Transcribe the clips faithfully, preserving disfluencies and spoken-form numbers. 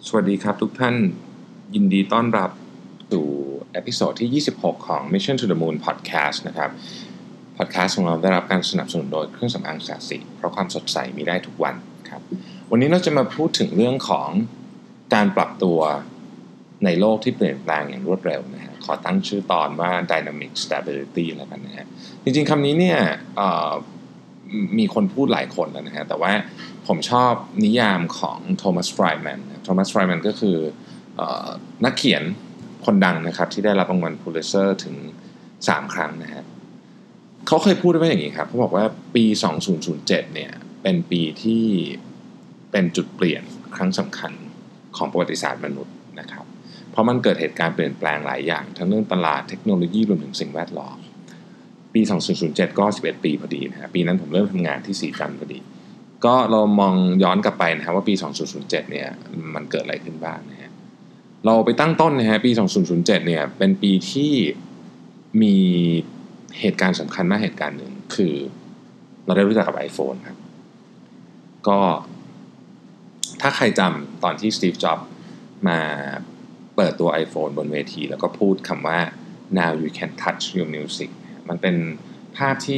สวัสดีครับทุกท่านยินดีต้อนรับสู่เอพิโซดที่ยี่สิบหกของ Mission to the Moon Podcast นะครับ Podcast ของเราได้รับการสนับสนุนโดยเครื่องสำอางสาสิเพราะความสดใสมีได้ทุกวันครับวันนี้เราจะมาพูดถึงเรื่องของการปรับตัวในโลกที่เปลี่ยนแปลงอย่างรวดเร็วนะฮะขอตั้งชื่อตอนว่า Dynamic Stability แล้วกันนะฮะจริงๆคำนี้เนี่ยมีคนพูดหลายคนแล้วนะฮะแต่ว่าผมชอบนิยามของโทมัสไฟร์แมนโทมัสไฟร์แมนก็คือนักเขียนคนดังนะครับที่ได้รับรางวัลพูลิตเซอร์ถึงสามครั้งนะฮะเขาเคยพูดไว้อย่างนี้ครับเขาบอกว่าปีสองพันเจ็ดเนี่ยเป็นปีที่เป็นจุดเปลี่ยนครั้งสำคัญของประวัติศาสตร์มนุษย์นะครับเพราะมันเกิดเหตุการณ์เปลี่ยนแปลงหลายอย่างทั้งเรื่องตลาดเทคโนโลยีรวมถึงสิ่งแวดล้อมปีสองพันเจ็ดก็สิบเอ็ดปีพอดีนะฮะปีนั้นผมเริ่มทำงานที่สีจันทร์พอดีก็เรามองย้อนกลับไปนะครับว่าปีสองพันเจ็ดเนี่ยมันเกิดอะไรขึ้นบ้างนะฮะเราไปตั้งต้นนะฮะปีสองพันเจ็ดเนี่ยเป็นปีที่มีเหตุการณ์สำคัญมากเหตุการณ์หนึ่งคือเราได้รู้จักกับ iPhone ครับก็ถ้าใครจำตอนที่สตีฟจ็อบส์มาเปิดตัว iPhone บนเวทีแล้วก็พูดคำว่า now you can touch your music มันเป็นภาพที่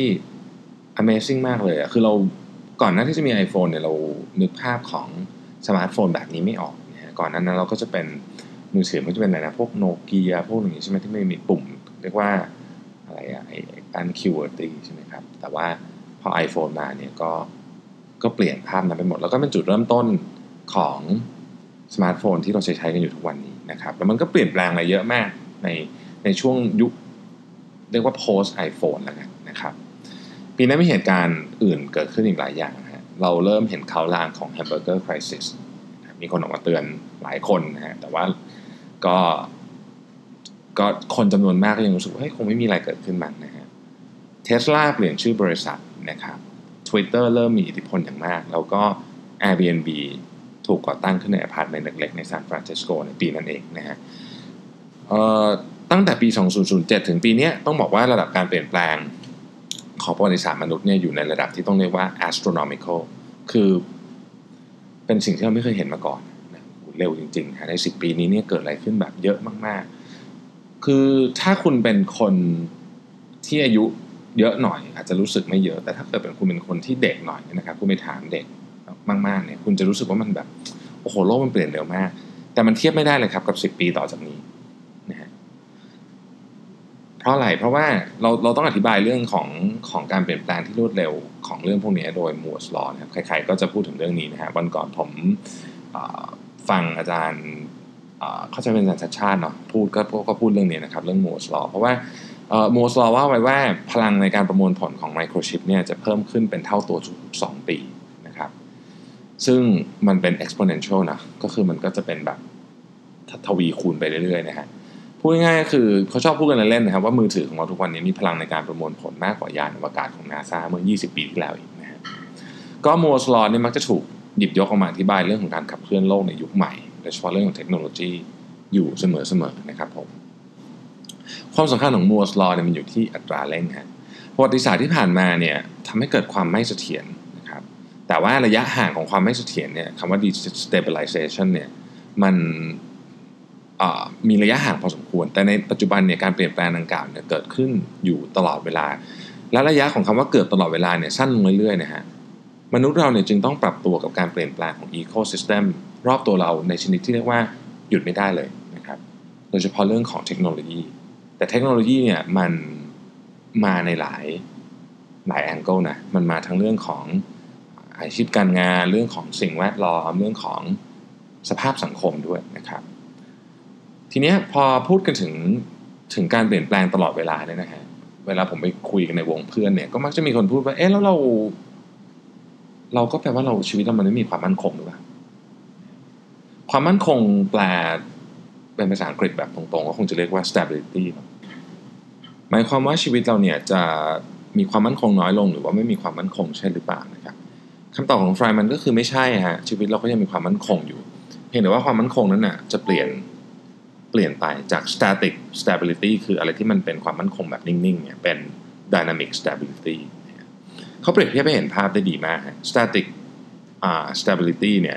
Amazing มากเลยอ่ะคือเราก่อนหน้าที่จะมี iPhone เนี่ยเรานึกภาพของสมาร์ทโฟนแบบนี้ไม่ออกนะฮะก่อนหน้านั้นเราก็จะเป็นมือถือมันจะเป็นอะไรนะพวกโนเกียพวกอย่างนี้ใช่ไหมที่ไม่มีปุ่มเรียกว่าอะไรอะไอ้อันคิวอาร์ตีใช่ไหมครับแต่ว่าพอ iPhone มาเนี่ยก็ก็เปลี่ยนภาพนั้นไปหมดแล้วก็เป็นจุดเริ่มต้นของสมาร์ทโฟนที่เราใช้ใช้กันอยู่ทุกวันนี้นะครับแล้วมันก็เปลี่ยนแปลงอะไรเยอะมากในในช่วงยุคเรียกว่า post iPhone แล้วกันนะครับปีนั้นมีเหตุการณ์อื่นเกิดขึ้นอีกหลายอย่างนะฮะเราเริ่มเห็นข่าวลางของ Hamburger Crisis มีคนออกมาเตือนหลายคนนะฮะแต่ว่าก็ก็คนจำนวนมากก็ยังรู้สึกว่าเฮ้ยคงไม่มีอะไรเกิดขึ้นมันนะฮะ Tesla เปลี่ยนชื่อบริษัทนะครับ Twitter เริ่มมีอิทธิพลอย่างมากแล้วก็ Airbnb ถูกก่อตั้งขึ้นในอพาร์ตเมนต์เล็กๆในซานฟรานซิสโกในปีนั้นเองนะฮะเอ่อตั้งแต่ปีสองพันเจ็ดถึงปีนี้ต้องบอกว่าระดับการเปลี่ยนแปลงของประวัติศาสตร์มนุษย์เนี่ยอยู่ในระดับที่ต้องเรียกว่า astronomical คือเป็นสิ่งที่เราไม่เคยเห็นมาก่อนนะเร็วจริงๆนะในสิบปีนี้เนี่ยเกิดอะไรขึ้นแบบเยอะมากๆคือถ้าคุณเป็นคนที่อายุเยอะหน่อยอาจจะรู้สึกไม่เยอะแต่ถ้าเกิดเป็นคุณเป็นคนที่เด็กหน่อยนะครับคุณไปถามเด็กมากๆเนี่ยคุณจะรู้สึกว่ามันแบบโอ้โหโลกมันเปลี่ยนเร็วมากแต่มันเทียบไม่ได้เลยครับกับสิบปีต่อจากนี้นะฮะเพราะอะไรเพราะว่าเราเราต้องอธิบายเรื่องของของการเปลี่ยนแปลงที่รวดเร็วของเรื่องพวกนี้โดยมูร์สลอว์นะครับใครๆก็จะพูดถึงเรื่องนี้นะฮะวันก่อนผมฟังอาจารย์เขาจะเป็นอาจารย์ชัดชาติเนาะพูดก็ก็พูดเรื่องนี้นะครับเรื่องมูร์สลอว์เพราะว่ามูร์สลอว์ว่าไว้ว่าพลังในการประมวลผลของไมโครชิปเนี่ยจะเพิ่มขึ้นเป็นเท่าตัวทุกสองปีนะครับซึ่งมันเป็น exponential นะก็คือมันก็จะเป็นแบบทวีคูณไปเรื่อยๆนะฮะพูดง่ายๆก็คือเขาชอบพูดกันเล่นๆนะครับว่ามือถือของเราทุกวันนี้มีพลังในการประมวลผลมากกว่ายานอวกาศของ NASA เมื่อยี่สิบปีที่แล้วอีกนะฮะก็มูร์สลอว์เนี่ยมักจะถูกหยิบยกออกมาอธิบายเรื่องของการขับเคลื่อนโลกในยุคใหม่โดยเฉพาะเรื่องของเทคโนโลยีอยู่เสมอๆนะครับผมความสำคัญของมูร์สลอว์เนี่ยมันอยู่ที่อัตราเร่งฮะประวัติศาสตร์ที่ผ่านมาเนี่ยทำให้เกิดความไม่เสถียรนะครับแต่ว่าระยะห่างของความไม่เสถียรเนี่ยคำว่า destabilization เนี่ยมันมีระยะห่างพอสมควรแต่ในปัจจุบันเนี่ยการเปลี่ยนแปลงดังกล่าวเนี่ยเกิดขึ้นอยู่ตลอดเวลาและระยะของคำว่าเกิดตลอดเวลาเนี่ยสั้นลงเรื่อยๆนะฮะมนุษย์เราเนี่ยจึงต้องปรับตัวกับการเปลี่ยนแปลงของ ecosystem รอบตัวเราในชนิดที่เรียกว่าหยุดไม่ได้เลยนะครับโดยเฉพาะเรื่องของเทคโนโลยีแต่เทคโนโลยีเนี่ยมันมาในหลายหลายแองเกิลนะมันมาทั้งเรื่องของอาชีพการงานเรื่องของสิ่งแวดล้อมเรื่องของสภาพสังคมด้วยนะครับทีนี้พอพูดกันถึงถึงการเปลี่ยนแปลงตลอดเวลาเนี่ยนะฮะเวลาผมไปคุยกันในวงเพื่อนเนี่ยก็มักจะมีคนพูดว่าเอ๊ะแล้วเราเราก็แปลว่าเราชีวิตเรามันไม่มีความมั่นคงหรือเปล่าความมั่นคงแปลเป็นภาษาอังกฤษแบบตรงๆก็คงจะเรียกว่า stability หมายความว่าชีวิตเราเนี่ยจะมีความมั่นคงน้อยลงหรือว่าไม่มีความมั่นคงใช่หรือเปล่านะครับคำตอบของไฟร์มันก็คือไม่ใช่ฮะชีวิตเราก็ยังมีความมั่นคงอยู่เพียงแต่ว่าความมั่นคงนั้นน่ะจะเปลี่ยนเปลี่ยนไปจาก static stability คืออะไรที่มันเป็นความมั่นคงแบบนิ่งๆเนี่ยเป็น dynamic stability เขาเปรียบเทียบให้เห็นภาพได้ดีมากฮะ static อ่า stability เนี่ย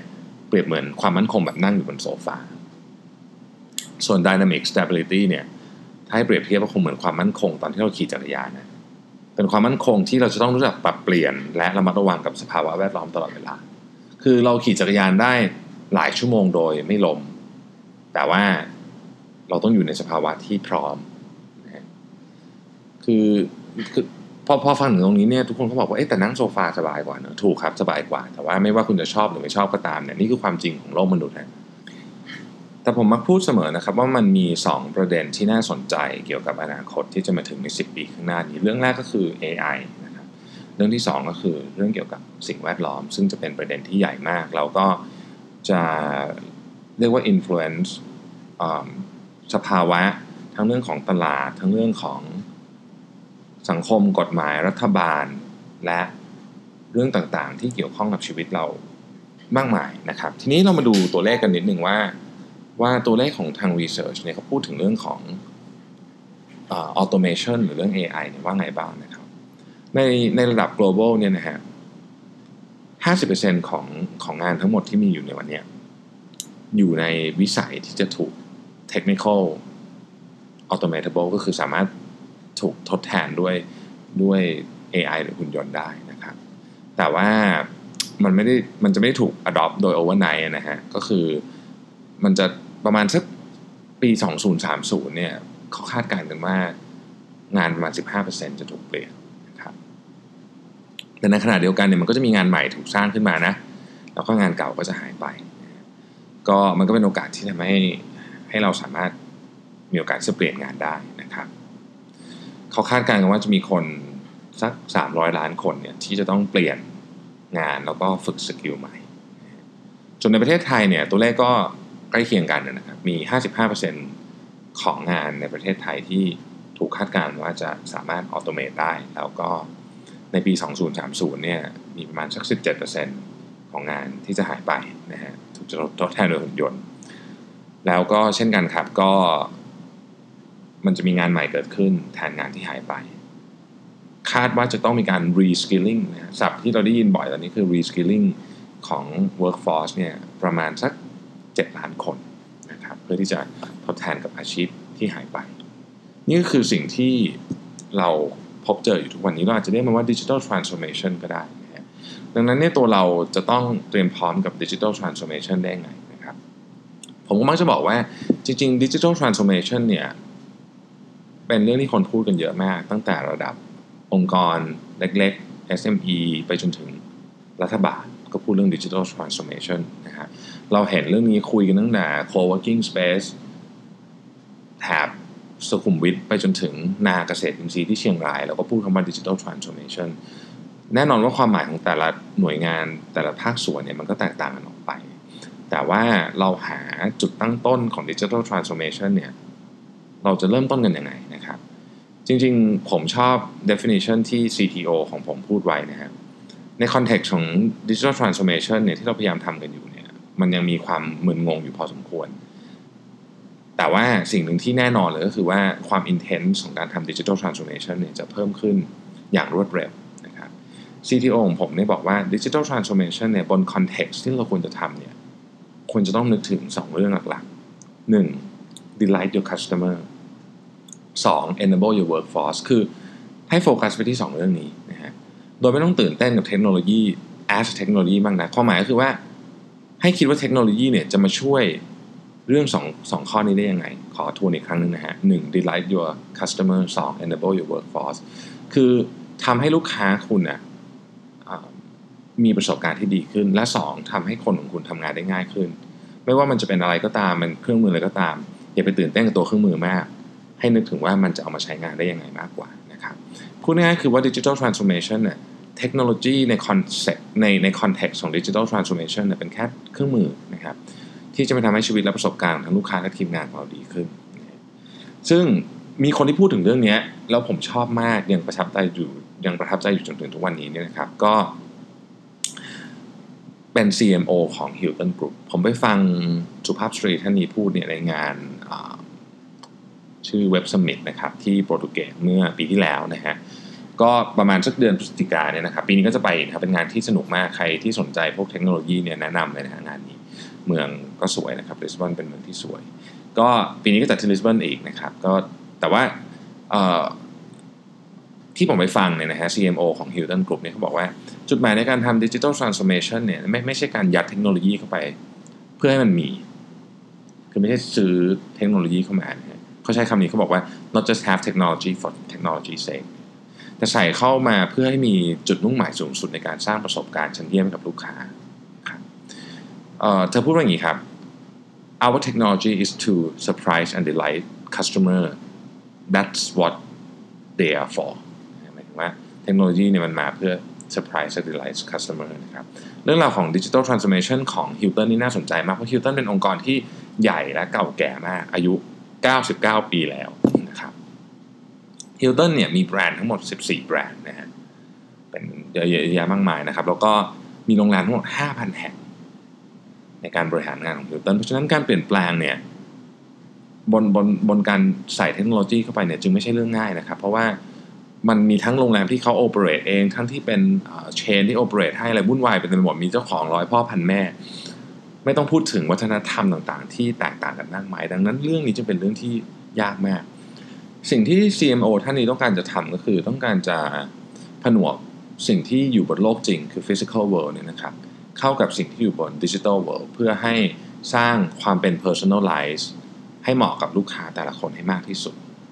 เปรียบเหมือนความมั่นคงแบบนั่งอยู่บนโซฟาส่วน dynamic stability เนี่ยถ้าให้เปรียบเทียบก็คงเหมือนความมั่นคงตอนที่เราขี่จักรยานนะเป็นความมั่นคงที่เราจะต้องรู้จักปรับเปลี่ยนและระมัดระวังกับสภาวะแวดล้อมตลอดเวลาคือเราขี่จักรยานได้หลายชั่วโมงโดยไม่ล้มแต่ว่าเราต้องอยู่ในสภาวะที่พร้อมนะคือคือพอพอฟังถึงตรงนี้เนี่ยทุกคนเขาบอกว่าเอ๊ะแต่นั่งโซฟาสบายกว่าเนอะถูกครับสบายกว่าแต่ว่าไม่ว่าคุณจะชอบหรือไม่ชอบก็ตามเนี่ยนี่คือความจริงของโลกมนุษย์นะแต่ผมมักพูดเสมอนะครับว่ามันมีสองประเด็นที่น่าสนใจเกี่ยวกับอนาคตที่จะมาถึงในสิบปีข้างหน้านี้เรื่องแรกก็คือ เอ ไอ นะครับเรื่องที่สองก็คือเรื่องเกี่ยวกับสิ่งแวดล้อมซึ่งจะเป็นประเด็นที่ใหญ่มากแล้วก็จะเรียกว่า influence สภาวะทั้งเรื่องของตลาดทั้งเรื่องของสังคมกฎหมายรัฐบาลและเรื่องต่างๆที่เกี่ยวข้องกับชีวิตเรามากมายนะครับทีนี้เรามาดูตัวเลขกันนิดนึงว่าว่าตัวเลขของทาง research เนี่ยเขาพูดถึงเรื่องของเอ่อ automation หรือเรื่อง เอ ไอ เนี่ยว่าไงบ้างนะครับในในระดับ global เนี่ยนะฮะ ห้าสิบเปอร์เซ็นต์ ของของงานทั้งหมดที่มีอยู่ในวันนี้อยู่ในวิสัยที่จะถูก technical automatable ก็คือสามารถถูกทดแทนด้วยด้วย เอ ไอ หรือหุ่นยนต์ได้นะครับแต่ว่ามันไม่ได้มันจะไม่ได้ถูก adopt โดย overnight นะฮะก็คือมันจะประมาณสักปีสองพันสามสิบเนี่ยเขาคาดการณ์กันว่างานประมาณ สิบห้าเปอร์เซ็นต์ จะถูกเปลี่ยนนะครับแต่ในขณะเดียวกันเนี่ยมันก็จะมีงานใหม่ถูกสร้างขึ้นมานะแล้วก็งานเก่าก็จะหายไปก็มันก็เป็นโอกาสที่ทำให้ให้เราสามารถมีโอกาสจะเปลี่ยนงานได้นะครับเขาคาดการณ์กันว่าจะมีคนสักสามร้อยล้านคนเนี่ยที่จะต้องเปลี่ยนงานแล้วก็ฝึกสกิลใหม่จนในประเทศไทยเนี่ยตัวเลขก็ใกล้เคียงกันนะครับมี ห้าสิบห้าเปอร์เซ็นต์ ของงานในประเทศไทยที่ถูกคาดการณ์ว่าจะสามารถออโตเมตได้แล้วก็ในปีสองพันสามสิบเนี่ยมีประมาณสัก สิบเจ็ดเปอร์เซ็นต์ ของงานที่จะหายไปนะฮะถูกทดแทนโดยหุ่นยนต์แล้วก็เช่นกันครับก็มันจะมีงานใหม่เกิดขึ้นแทนงานที่หายไปคาดว่าจะต้องมีการ reskilling นะศัพท์ที่เราได้ยินบ่อยตอนนี้คือ reskilling ของ workforce เนี่ยประมาณสักเจ็ดล้านคนนะครับเพื่อที่จะทดแทนกับอาชีพที่หายไปนี่ก็คือสิ่งที่เราพบเจออยู่ทุกวันนี้เราอาจจะเรียกมันว่า digital transformation ก็ได้นะฮะดังนั้นเนี่ยตัวเราจะต้องเตรียมพร้อมกับ digital transformation ได้ไงนะครับผมก็มักจะบอกว่าจริงๆ digital transformation เนี่ยเป็นเรื่องที่คนพูดกันเยอะมากตั้งแต่ระดับองค์กรเล็กๆ เอส เอ็ม อี ไปจนถึงรัฐบาลก็พูดเรื่อง digital transformation นะฮะเราเห็นเรื่องนี้คุยกันตั้งแต่ co-working space แถบสุขุมวิทไปจนถึงนาเกษตรอินทรีย์ที่เชียงรายแล้วก็พูดคำว่า digital transformation แน่นอนว่าความหมายของแต่ละหน่วยงานแต่ละภาคส่วนเนี่ยมันก็แตกต่างกันออกไปแต่ว่าเราหาจุดตั้งต้นของ digital transformation เนี่ยเราจะเริ่มต้นกันยังไงนะครับจริงๆผมชอบ definition ที่ ซี ที โอ ของผมพูดไว้นะครับใน context ของ digital transformation เนี่ยที่เราพยายามทำกันอยู่เนี่ยมันยังมีความมึนงงอยู่พอสมควรแต่ว่าสิ่งหนึ่งที่แน่นอนเลยก็คือว่าความ intense ของการทำ digital transformation เนี่ยจะเพิ่มขึ้นอย่างรวดเร็วนะครับ ซี ที โอ ของผมเนี่ยบอกว่า digital transformation เนี่ยบน context ที่เราควรจะทำเนี่ยควรจะต้องนึกถึงสองเรื่องหลักๆหนึ่ง delight your customer สอง enable your workforce คือให้โฟกัสไปที่สองเรื่องนี้นะฮะโดยไม่ต้องตื่นเต้นกับเทคโนโลยี as เทคโนโลยีบ้างนะความหมายก็คือว่าให้คิดว่าเทคโนโลยีเนี่ยจะมาช่วยเรื่องสอง สองข้อนี้ได้ยังไงขอทวนอีกครั้งนึงนะฮะหนึ่ง delight your customer สอง enable your workforce คือทำให้ลูกค้าคุณน่ะมีประสบการณ์ที่ดีขึ้นและสองทำให้คนของคุณทำงานได้ง่ายขึ้นไม่ว่ามันจะเป็นอะไรก็ตามมันเครื่องมืออะไรก็ตามอย่าไปตื่นเต้นกับตัวเครื่องมือมากให้นึกถึงว่ามันจะเอามาใช้งานได้ยังไงมากกว่านะครับพูดง่ายๆคือว่า digital transformation เนี่ยเทคโนโลยีในคอนเซ็ปต์ในในคอนเท็กซ์ของ digital transformation เนี่ยเป็นแค่เครื่องมือนะครับที่จะมาทำให้ชีวิตและประสบการณ์ทั้งลูกค้าและทีมงานของเราดีขึ้นซึ่งมีคนที่พูดถึงเรื่องนี้แล้วผมชอบมากยังประทับใจอยู่ยังประทับใจอยู่จนถึงทุกวันนี้เนี่ยนะครับก็เป็น ซี เอ็ม โอ ของ Hilton Group ผมไปฟังสุภาพสตรีท่านนี้พูดเนี่ยในงานชื่อ Web Summit นะครับที่โปรตุเกสเมื่อปีที่แล้วนะฮะก็ประมาณสักเดือนพฤศจิกายนเนี่ยนะครับปีนี้ก็จะไปนะครับเป็นงานที่สนุกมากใครที่สนใจพวกเทคโนโลยีเนี่ยแนะนำเลยนะฮะงานนี้เมืองก็สวยนะครับลิสบอนเป็นเมืองที่สวยก็ปีนี้ก็จัดที่ลิสบอนอีกนะครับก็แต่ว่าที่ผมไปฟังเนี่ยนะฮะ ซี เอ็ม โอ ของ Hilton Group เนี่ยเขาบอกว่าจุดหมายในการทำ Digital Transformation เนี่ยไม่ไม่ใช่การยัดเทคโนโลยีเข้าไปเพื่อให้มันมีคือไม่ใช่ซื้อเทคโนโลยีเข้ามานะฮะเขาใช้คำนี้เขาบอกว่า not just have technology for technology's sake แต่ใส่เข้ามาเพื่อให้มีจุดมุ่งหมายสูงสุดในการสร้างประสบการณ์ชั้นเยี่ยมให้กับลูกค้าครับเอ่อเธอพูดว่าอย่างนี้ครับ our technology is to surprise and delight customer that's what they are forว่าเทคโนโลยีเนี่ยมันมาเพื่อ surprise and delight customer นะครับเรื่องราวของ digital transformation ของ Hilton นี่น่าสนใจมากเพราะ Hilton เป็นองค์กรที่ใหญ่และเก่าแก่มากอายุเก้าสิบเก้าปีแล้วนะครับ Hilton เนี่ยมีแบรนด์ทั้งหมดสิบสี่แบรนด์นะฮะเป็นเยอะแยะมากมายนะครับแล้วก็มีโรงแรมทั้งหมด ห้าพัน แห่งในการบริหารงานของ Hilton เพราะฉะนั้นการเปลี่ยนแปลงเนี่ยบนบนบนการใส่เทคโนโลยีเข้าไปเนี่ยจึงไม่ใช่เรื่องง่ายนะครับเพราะว่ามันมีทั้งโรงแรมที่เขาโอเปเรตเองทั้งที่เป็นเชนที่โอเปเรตให้อะไรวุ่นวายเป็นไปหมดมีเจ้าของร้อยพ่อพันแม่ไม่ต้องพูดถึงวัฒนธรรมต่างๆที่แตกต่างกันมากมายดังนั้นเรื่องนี้จะเป็นเรื่องที่ยากมากสิ่งที่ ซี เอ็ม โอ ท่านนี้ต้องการจะทำก็คือต้องการจะผนวกสิ่งที่อยู่บนโลกจริงคือ physical world เนี่ยนะครับเข้ากับสิ่งที่อยู่บน digital world เพื่อให้สร้างความเป็น personalize ให้เหมาะกับลูกค้าแต่ละคนให้มากที่สุด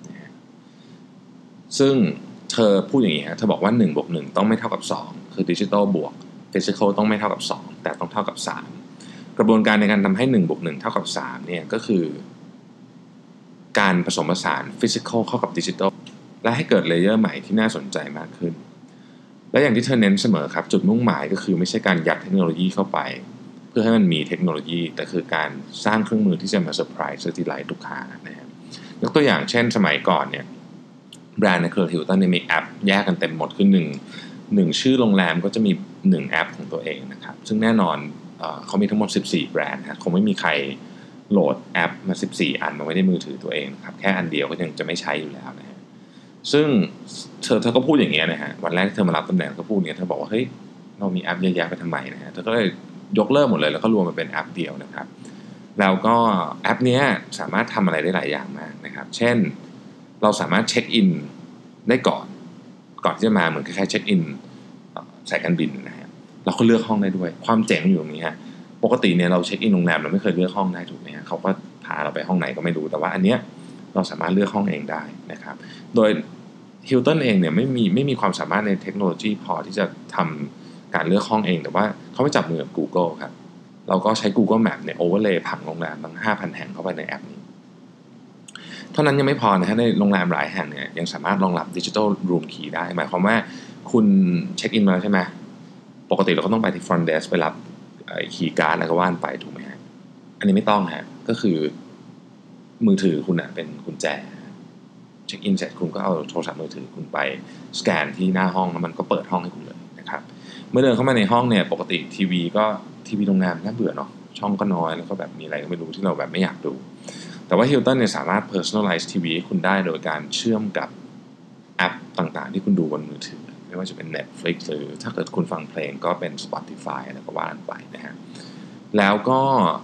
ซึ่งเธอพูดอย่างนี้ฮะเธอบอกว่าหนึ่งบวกหนึ่งต้องไม่เท่ากับสองคือดิจิทัลบวกฟิสิกอลต้องไม่เท่ากับสองแต่ต้องเท่ากับสามกระบวนการในการทำให้หนึ่งบวกหนึ่งเท่ากับสามเนี่ยก็คือการผสมผสานฟิสิกอลเข้ากับดิจิทัลและให้เกิดเลเยอร์ใหม่ที่น่าสนใจมากขึ้นและอย่างที่เธอเน้นเสมอครับจุดมุ่งหมายก็คือไม่ใช่การยัดเทคโนโลยีเข้าไปเพื่อให้มันมีเทคโนโลยีแต่คือการสร้างเครื่องมือที่จะมาเซอร์ไพรส์และดีไลท์ลูกค้านะครับยกตัวอย่างเช่นสมัยก่อนเนี่ยแบรนด์ในเครือ Hilton เนี่ยมีแอปแยกกันเต็มหมดคือหนึ่ง หนึ่งชื่อโรงแรมก็จะมีหนึ่งแอปของตัวเองนะครับซึ่งแน่นอนเอ่อเขามีทั้งหมดสิบสี่แบรนด์นะคงไม่มีใครโหลดแอปมาสิบสี่อันมาไว้ในมือถือตัวเองนะครับแค่อันเดียวก็ยังจะไม่ใช้อยู่แล้วนะฮะซึ่งเธอเธอก็พูดอย่างเงี้ยนะฮะวันแรกที่เธอมารับตำแหน่งก็พูดอย่างเงี้ยเธอบอกว่าเฮ้ยเรามีแอปเยอะแยะไปทำไมนะฮะเธอก็เลยยกเลิกหมดเลยแล้วก็รวมมาเป็นแอปเดียวนะครับแล้วก็แอปเนี้ยสามารถทำอะไรได้หลายอย่างมากนะครับเช่นเราสามารถเช็คอินได้ก่อนก่อนที่จะมาเหมือนคล้ายๆเช็คอินสายการบินนะฮะเราก็เลือกห้องได้ด้วยความเจ๋งอยู่ตรงนี้ฮะปกติเนี่ยเราเช็คอินโรงแรมเราไม่เคยเลือกห้องได้ถูกไหมฮะเขาก็พาเราไปห้องไหนก็ไม่รู้แต่ว่าอันเนี้ยเราสามารถเลือกห้องเองได้นะครับโดย Hilton เองเนี่ยไม่มีไม่มีความสามารถในเทคโนโลยีพอที่จะทำการเลือกห้องเองแต่ว่าเขาไปจับมือกับ Google ครับเราก็ใช้ Google Map เนี่ย overlay ผังโรงแรมทั้ง ห้าพัน แห่งเข้าไปในแอปนี้เท่านั้นยังไม่พอนะฮะในโรงแรมหลายแห่งเนี่ยยังสามารถรองรับ Digital Room Key ได้หมายความว่าคุณเช็คอินมาแล้วใช่ไหมปกติเราก็ต้องไปที่ Front Desk ไปรับคีย์การ์ดอะไรก็ว่านไปถูกไหมฮะอันนี้ไม่ต้องฮะก็คือมือถือคุณนะเป็นกุญแจเช็คอินเสร็จคุณก็เอาโทรศัพท์มือถือคุณไปสแกนที่หน้าห้องแล้วมันก็เปิดห้องให้คุณเลยนะครับเมื่อเดินเข้ามาในห้องเนี่ยปกติทีวีก็ทีวีโรงแรมน่าเบื่อเนาะช่องก็น้อยแล้วก็แบบมีอะไรก็ไม่รู้ที่เราแบบไม่อยากดูแต่ว่า Hilton เนี่ยสามารถ personalize ทีวีให้คุณได้โดยการเชื่อมกับแอปต่างๆที่คุณดูบนมือถือไม่ว่าจะเป็น Netflix หรือถ้าเกิดคุณฟังเพลงก็เป็น Spotify อะไรก็ว่ากันไปนะฮะแล้วก็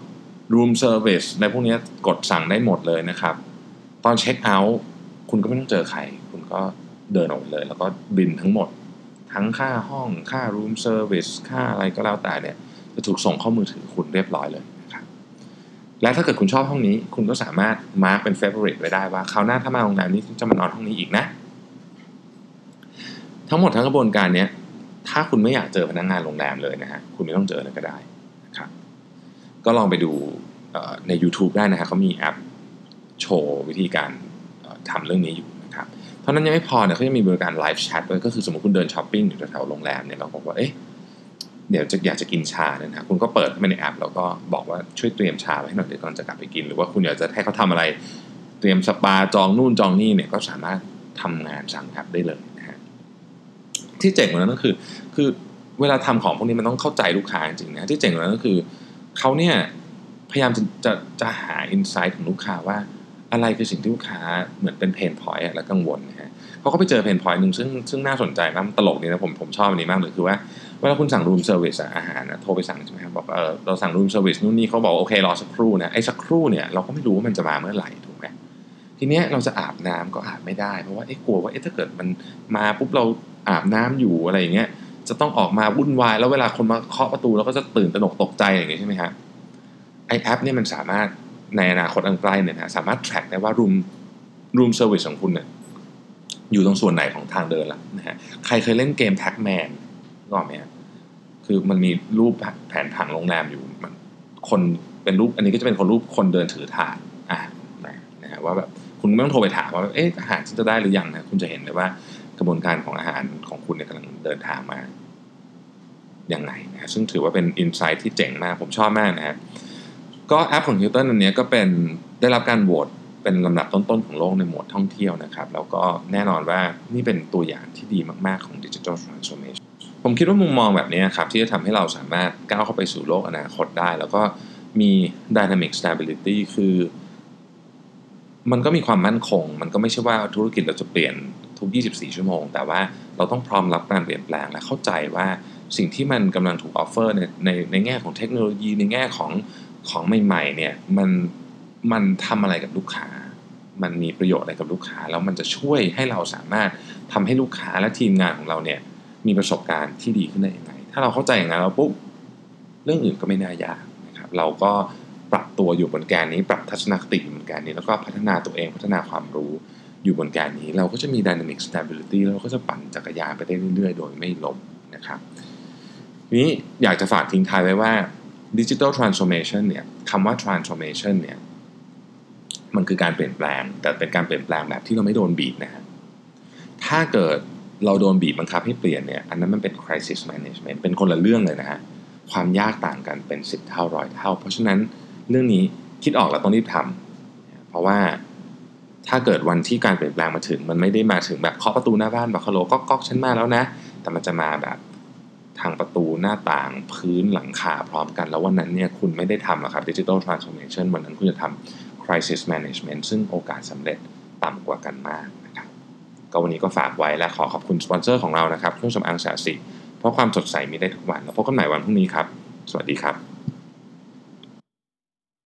room service ในพวกนี้กดสั่งได้หมดเลยนะครับตอนเช็คเอาท์คุณก็ไม่ต้องเจอใครคุณก็เดินออกไปเลยแล้วก็บินทั้งหมดทั้งค่าห้องค่า room service ค่าอะไรก็แล้วแต่เนี่ยจะถูกส่งเข้ามือถือคุณเรียบร้อยเลยนะครับและถ้าเกิดคุณชอบห้องนี้คุณก็สามารถ mark เป็น favorite ไว้ได้ว่าคราวหน้าถ้ามาโรงแรมนี้จะมานอนห้องนี้อีกนะทั้งหมดทั้งกระบวนการนี้ถ้าคุณไม่อยากเจอพนักงานโรงแรมเลยนะฮะคุณไม่ต้องเจอเลยก็ได้นะครับก็ลองไปดูใน YouTube ได้นะฮะเขามีแอปโชว์วิธีการทำเรื่องนี้อยู่นะครับเท่านั้นยังไม่พอเนี่ยเขายังมีบริการไลฟ์แชทด้วยก็คือสมมติคุณเดินช้อปปิ้งอยู่แถวๆโรงแรมเนี่ยเราบอกว่าเอ๊ะเดี๋ยวจะอยากจะกินชาเนี่ยนะคุณก็เปิดเข้าไปในแอปแล้วก็บอกว่าช่วยเตรียมชาไว้ให้หน่อยเดี๋ยวก่อนจะกลับไปกินหรือว่าคุณอยากจะให้เขาทำอะไรเตรียมสปาจองนู่นจองนี่เนี่ยก็สามารถทำงานสั่งแอปได้เลยนะฮะที่เจ๋งกว่านั้นก็คือคือเวลาทำของพวกนี้มันต้องเข้าใจลูกค้าจริงๆนะที่เจ๋งกว่านั้นก็คือเขาเนี่ยพยายามจะจะจะหาอินไซต์ของลูกค้าว่าอะไรคือสิ่งที่ลูกค้าเหมือนเป็นเพนพอยต์และกังวลนะฮะเขาก็ไปเจอเพนพอยต์นึงซึ่งซึ่งน่าสนใจมากตลกดีนะผมผมชอบอันนี้มากเลยคือว่าเวลาคุณสั่ง room service อะอาหารนะโทรไปสั่งใช่ไหมครับบอกเออเราสั่ง room service นู่นนี่เขาบอกโอเครอสักครู่นะไอ้สักครู่เนี่ยเราก็ไม่รู้ว่ามันจะมาเมื่อไหร่ถูกไหมทีเนี้ยเราจะอาบน้ำก็อาบไม่ได้เพราะว่าเอ๊ะกลัวว่าเอ๊ะถ้าเกิดมันมาปุ๊บเราอาบน้ำอยู่อะไรอย่างเงี้ยจะต้องออกมาวุ่นวายแล้วเวลาคนมาเคาะประตูเราก็จะตื่นตระหนกตกใจอย่างเงี้ยใช่ไหมครับไอ้แอปเนี่ยมันสามารถในอนาคตอันใกล้เนี่ยนะสามารถ track ได้ว่า room room service ของคุณเนี่ยอยู่ตรงส่วนไหนของทางเดินละนะฮะใครเคยเล่นเกม Pac-Man นึกออกไหมครับคือมันมีรูปแผนผังโรงแรมอยู่มันคนเป็นรูปอันนี้ก็จะเป็นคนรูปคนเดินถือถาดอ่านะฮะว่าแบบคุณไม่ต้องโทรไปถามว่าเอ๊ะอาหารฉันจะได้หรือยังนะคุณจะเห็นเลยว่ากระบวนการของอาหารของคุณเนี่ยกำลังเดินทางมายังไงนะซึ่งถือว่าเป็นอินไซต์ที่เจ๋งมากผมชอบมากนะฮะก็แอปของ Hilton อันนี้ก็เป็นได้รับการโหวตเป็นลำดับต้นๆของโลกในหมวดท่องเที่ยวนะครับแล้วก็แน่นอนว่านี่เป็นตัวอย่างที่ดีมากๆของ Digital Transformation ผมคิดว่ามุมมองแบบนี้ครับที่จะทำให้เราสามารถก้าวเข้าไปสู่โลกอนาคตได้แล้วก็มี Dynamic Stability คือมันก็มีความมั่นคงมันก็ไม่ใช่ว่าธุรกิจเราจะเปลี่ยนทุกยี่สิบสี่ชั่วโมงแต่ว่าเราต้องพร้อมรับการเปลี่ยนแปลงและเข้าใจว่าสิ่งที่มันกำลังถูกออฟเฟอร์ในในในแง่ของเทคโนโลยีในแง่ของของใหม่ๆเนี่ยมันมันทำอะไรกับลูกค้ามันมีประโยชน์อะไรกับลูกค้าแล้วมันจะช่วยให้เราสามารถทำให้ลูกค้าและทีมงานของเราเนี่ยมีประสบการณ์ที่ดีขึ้นได้ยังไงถ้าเราเข้าใจอย่างนั้นแล้วปุ๊บเรื่องอื่นก็ไม่น่ายากนะครับเราก็ปรับตัวอยู่บนแกนนี้ปรับทัศนคติอยู่บนแกนนี้แล้วก็พัฒนาตัวเองพัฒนาความรู้อยู่บนแกนนี้เราก็จะมี dynamic stability แล้วเราก็จะปั่นจักรยานไปได้เรื่อยๆโดยไม่ล้มนะครับทีนี้อยากจะฝากทิ้งท้ายไว้ว่า digital transformation เนี่ยคำว่า transformation เนี่ยมันคือการเปลี่ยนแปลงแต่เป็นการเปลี่ยนแปลงแบบที่เราไม่โดนบีบนะฮะถ้าเกิดเราโดนบีบบังคับให้เปลี่ยนเนี่ยอันนั้นมันเป็น crisis management เป็นคนละเรื่องเลยนะฮะความยากต่างกันเป็นสิบเท่าร้อยเท่าเพราะฉะนั้นเรื่องนี้คิดออกแล้วต้องรีบทำเพราะว่าถ้าเกิดวันที่การเปลี่ยนแปลงมาถึงมันไม่ได้มาถึงแบบเคาะประตูหน้าบ้านบอกฮัลโหลก๊อกๆฉันมาแล้วนะแต่มันจะมาแบบทางประตูหน้าต่างพื้นหลังคาพร้อมกันแล้ววันนั้นเนี่ยคุณไม่ได้ทำหรอกครับ digital transformation วันนั้นคุณจะทำ crisis management ซึ่งโอกาสสำเร็จต่ำกว่ากันมากนะครับก็วันนี้ก็ฝากไว้และขอขอบคุณสปอนเซอร์ของเรานะครับเครื่องสำอางแสนสีเพราะความสดใสมีได้ทุกวันแล้วพบกันใหม่วันพรุ่งนี้ครับสวัสดีครับ